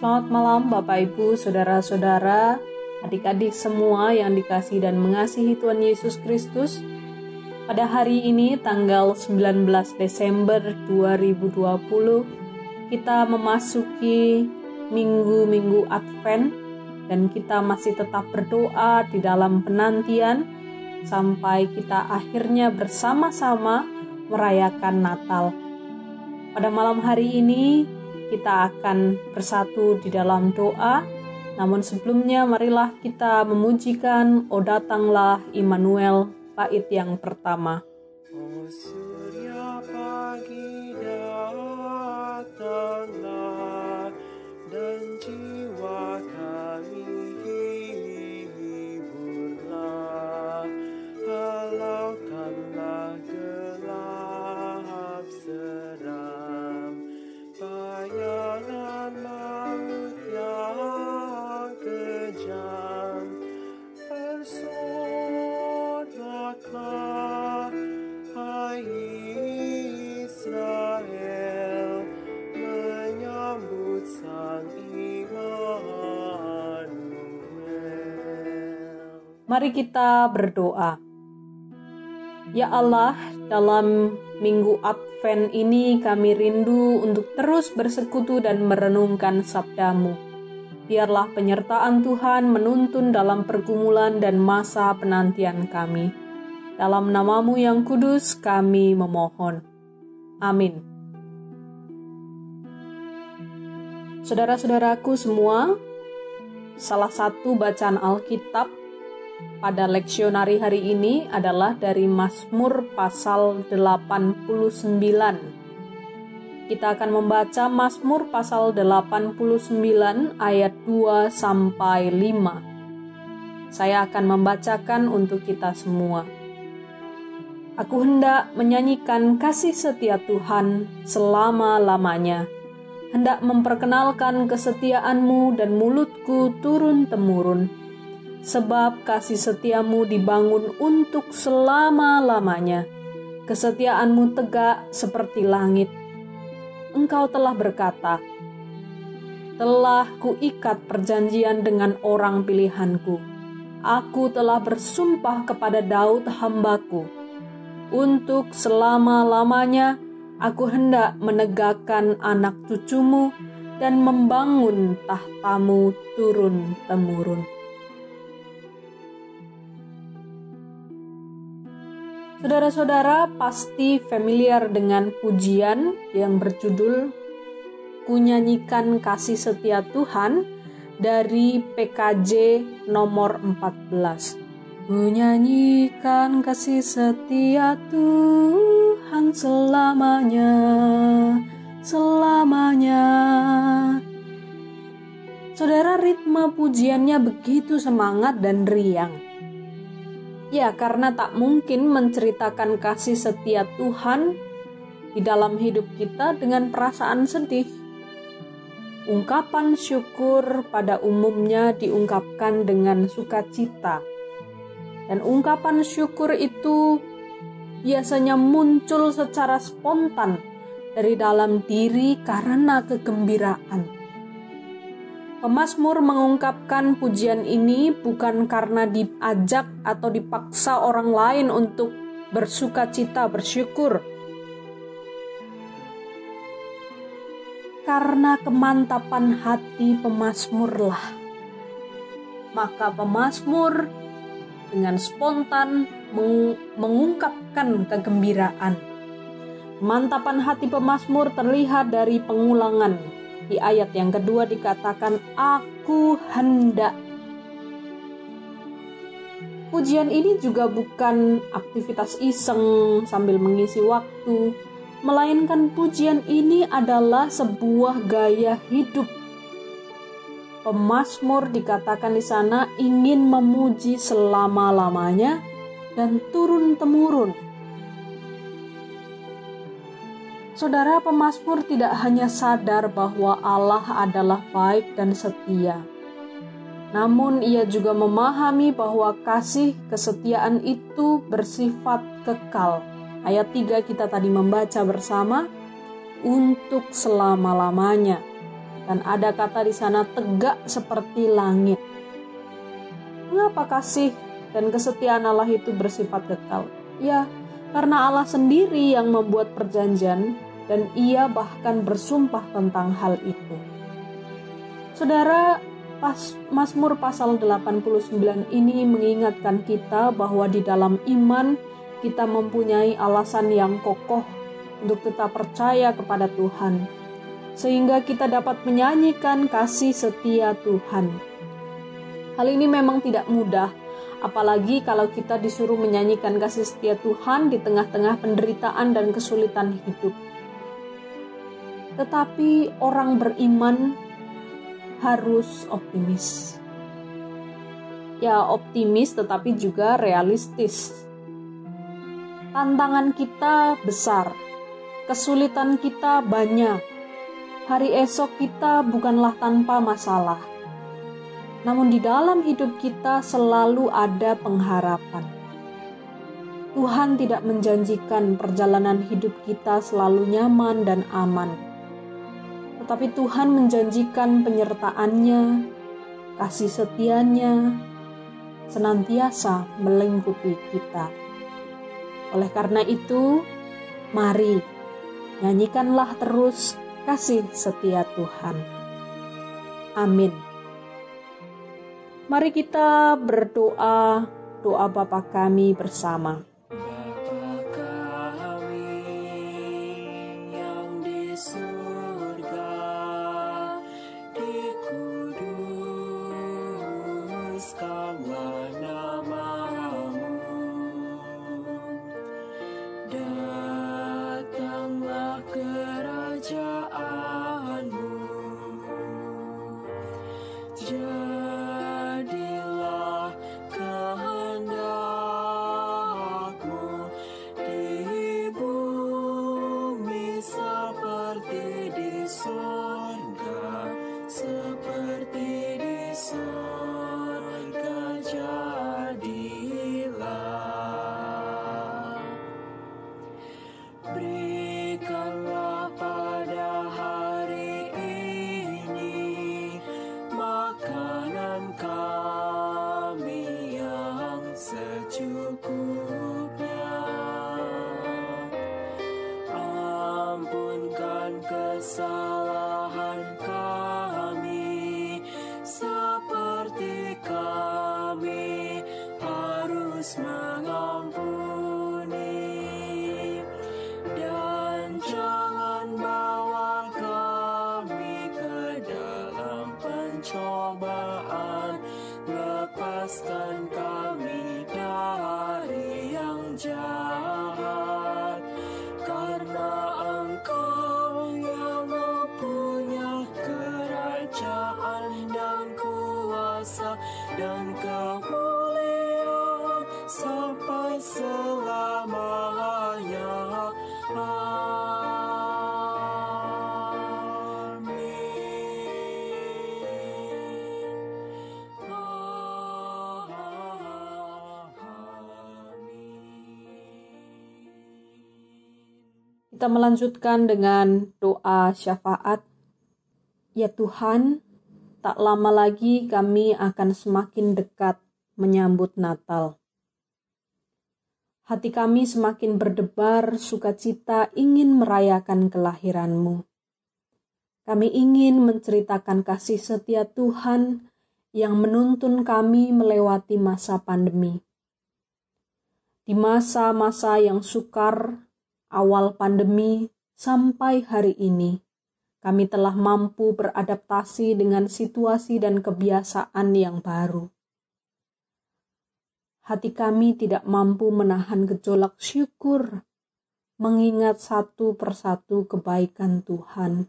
Selamat malam Bapak Ibu, Saudara-saudara, adik-adik semua yang dikasihi dan mengasihi Tuhan Yesus Kristus. Pada hari ini tanggal 19 Desember 2020, kita memasuki minggu-minggu Advent dan kita masih tetap berdoa di dalam penantian sampai kita akhirnya bersama-sama merayakan Natal. Pada malam hari ini kita akan bersatu di dalam doa. Namun sebelumnya marilah kita memujikan O Datanglah Immanuel bait yang pertama. O surya pagi datanglah dan jiwa kami hiburlah, halaukanlah gelap seram, bayangan maut yang kejam, bersoraklah hai Israel, menyambut Sang Immanuel. Mari kita berdoa. Ya Allah, dalam minggu Advent ini kami rindu untuk terus bersekutu dan merenungkan sabda-Mu. Biarlah penyertaan Tuhan menuntun dalam pergumulan dan masa penantian kami. Dalam nama-Mu yang kudus kami memohon. Amin. Saudara-saudaraku semua, salah satu bacaan Alkitab pada leksionari hari ini adalah dari Mazmur pasal 89. Kita akan membaca Mazmur pasal 89 ayat 2 sampai 5. Saya akan membacakan untuk kita semua. Aku hendak menyanyikan kasih setia Tuhan selama-lamanya. Hendak memperkenalkan kesetiaan-Mu dan mulutku turun-temurun. Sebab kasih setiamu dibangun untuk selama-lamanya. Kesetiaanmu tegak seperti langit. Engkau telah berkata, telah kuikat perjanjian dengan orang pilihanku. Aku telah bersumpah kepada Daud hambaku. Untuk selama-lamanya aku hendak menegakkan anak cucumu dan membangun tahtamu turun-temurun. Saudara-saudara pasti familiar dengan pujian yang berjudul Ku Nyanyikan Kasih Setia Tuhan dari PKJ nomor 14. Ku nyanyikan kasih setia Tuhan selamanya, selamanya. Saudara, ritme pujiannya begitu semangat dan riang. Ya, karena tak mungkin menceritakan kasih setia Tuhan di dalam hidup kita dengan perasaan sedih. Ungkapan syukur pada umumnya diungkapkan dengan sukacita. Dan ungkapan syukur itu biasanya muncul secara spontan dari dalam diri karena kegembiraan. Pemazmur mengungkapkan pujian ini bukan karena diajak atau dipaksa orang lain untuk bersukacita, bersyukur. Karena kemantapan hati pemazmurlah. Maka pemazmur dengan spontan mengungkapkan kegembiraan. Kemantapan hati pemazmur terlihat dari pengulangan. Di ayat yang kedua dikatakan, aku hendak. Pujian ini juga bukan aktivitas iseng sambil mengisi waktu, melainkan pujian ini adalah sebuah gaya hidup. Pemazmur dikatakan di sana ingin memuji selama-lamanya dan turun-temurun. Saudara, pemazmur tidak hanya sadar bahwa Allah adalah baik dan setia. Namun ia juga memahami bahwa kasih kesetiaan itu bersifat kekal. Ayat 3 kita tadi membaca bersama, untuk selama-lamanya. Dan ada kata di sana, tegak seperti langit. Mengapa kasih dan kesetiaan Allah itu bersifat kekal? Ya, karena Allah sendiri yang membuat perjanjian dan Ia bahkan bersumpah tentang hal itu. Saudara, Mazmur pasal 89 ini mengingatkan kita bahwa di dalam iman kita mempunyai alasan yang kokoh untuk tetap percaya kepada Tuhan, sehingga kita dapat menyanyikan kasih setia Tuhan. Hal ini memang tidak mudah, apalagi kalau kita disuruh menyanyikan kasih setia Tuhan di tengah-tengah penderitaan dan kesulitan hidup. Tetapi orang beriman harus optimis. Ya, optimis tetapi juga realistis. Tantangan kita besar, kesulitan kita banyak. Hari esok kita bukanlah tanpa masalah. Namun di dalam hidup kita selalu ada pengharapan. Tuhan tidak menjanjikan perjalanan hidup kita selalu nyaman dan aman. Tetapi Tuhan menjanjikan penyertaan-Nya, kasih setia-Nya, senantiasa melingkupi kita. Oleh karena itu, mari nyanyikanlah terus kasih setia Tuhan. Amin. Mari kita berdoa, doa Bapa kami bersama. Bapa kami yang di surga, dikuduskanlah nama-Mu. Datanglah kerajaan-Mu. Jadilah kehendak-Mu di bumi seperti di surga, seperti di surga jadilah. Berikanlah pada hari ini makanan kami yang secukupnya. Ampunkan kesalahan kami seperti kami harus mengampuni. Dan jangan bawa kami ke dalam pencobaan, lepaskan kami dari yang jahat. Karena Engkau yang mempunyai kerajaan dan kuasa dan kemuliaan sampai selamanya. Kita melanjutkan dengan doa syafaat. Ya Tuhan, tak lama lagi kami akan semakin dekat menyambut Natal. Hati kami semakin berdebar sukacita ingin merayakan kelahiran-Mu. Kami ingin menceritakan kasih setia Tuhan yang menuntun kami melewati masa pandemi. Di masa-masa yang sukar, awal pandemi sampai hari ini, kami telah mampu beradaptasi dengan situasi dan kebiasaan yang baru. Hati kami tidak mampu menahan gejolak syukur, mengingat satu persatu kebaikan Tuhan.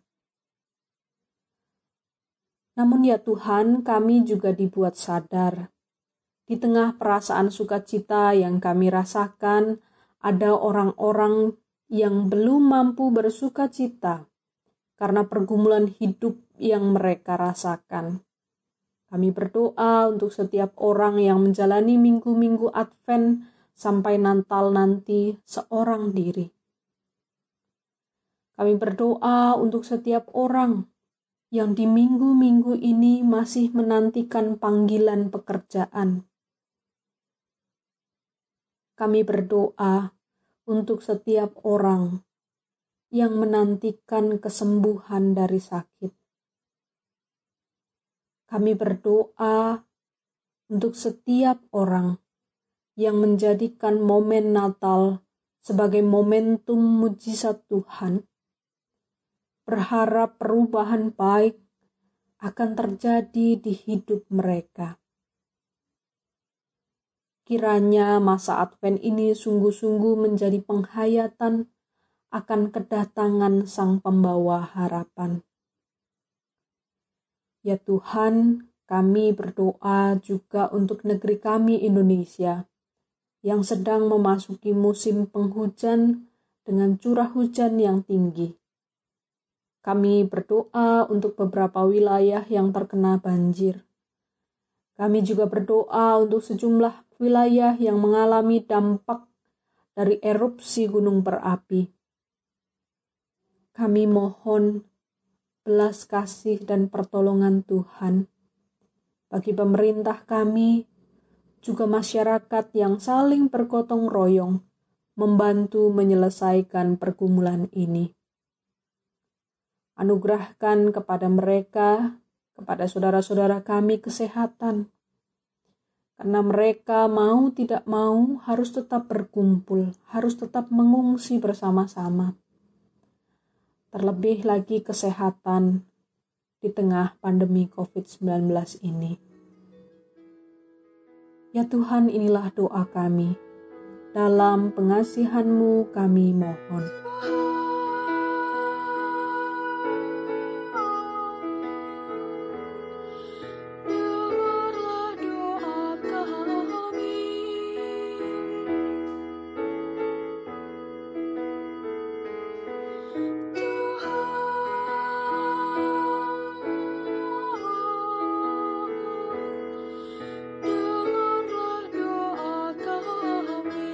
Namun ya Tuhan, kami juga dibuat sadar. Di tengah perasaan sukacita yang kami rasakan, ada orang-orang yang belum mampu bersukacita karena pergumulan hidup yang mereka rasakan. Kami berdoa untuk setiap orang yang menjalani minggu-minggu Advent sampai Natal nanti seorang diri. Kami berdoa untuk setiap orang yang di minggu-minggu ini masih menantikan panggilan pekerjaan. Kami berdoa untuk setiap orang yang menantikan kesembuhan dari sakit. Kami berdoa untuk setiap orang yang menjadikan momen Natal sebagai momentum mujizat Tuhan, berharap perubahan baik akan terjadi di hidup mereka. Kiranya masa Advent ini sungguh-sungguh menjadi penghayatan akan kedatangan Sang Pembawa harapan. Ya Tuhan, kami berdoa juga untuk negeri kami Indonesia yang sedang memasuki musim penghujan dengan curah hujan yang tinggi. Kami berdoa untuk beberapa wilayah yang terkena banjir. Kami juga berdoa untuk sejumlah wilayah yang mengalami dampak dari erupsi gunung berapi. Kami mohon belas kasih dan pertolongan Tuhan bagi pemerintah kami, juga masyarakat yang saling bergotong royong membantu menyelesaikan pergumulan ini. Anugerahkan kepada mereka, kepada saudara-saudara kami kesehatan, karena mereka mau tidak mau harus tetap berkumpul, harus tetap mengungsi bersama-sama. Terlebih lagi kesehatan di tengah pandemi COVID-19 ini. Ya Tuhan, inilah doa kami. Dalam pengasihan-Mu kami mohon. Dengarlah doa kami. Dengarlah doa kami.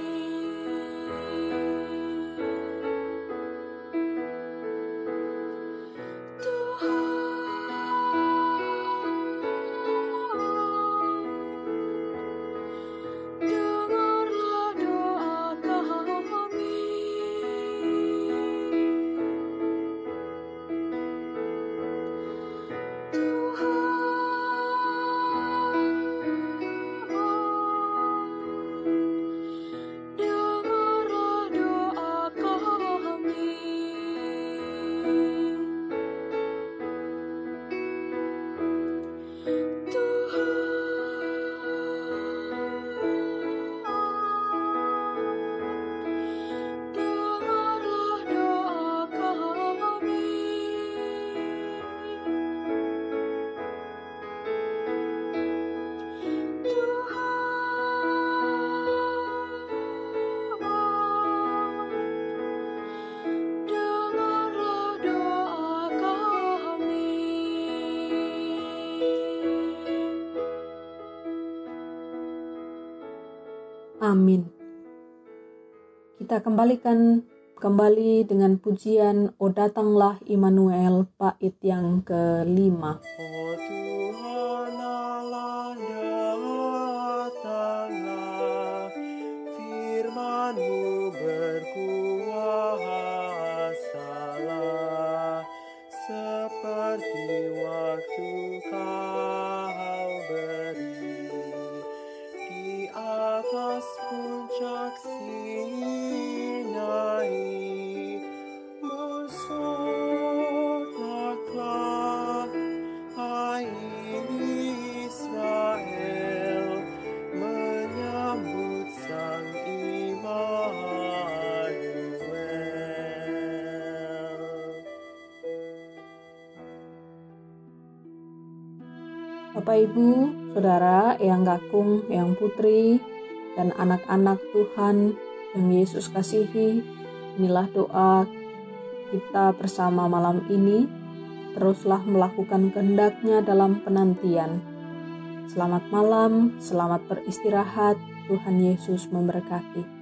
Dengarlah doa kami. Dengarlah doa kami. Dengarlah doa kami. Dengarlah doa kami. Amin. Kita kembali dengan pujian O Datanglah Immanuel bait yang kelima. Oh Tuhan Allah, datanglah, firman-Mu berkuasalah, seperti waktu Kau beri di atas puncak Sinai. Bersonaklah, hai Israel, menyambut Sang Immanuel. Bapak Ibu, Saudara, Eyang Kakung, Eyang Putri, dan anak-anak Tuhan yang Yesus kasihi, inilah doa kita bersama malam ini. Teruslah melakukan kehendak-Nya dalam penantian. Selamat malam, selamat beristirahat, Tuhan Yesus memberkati.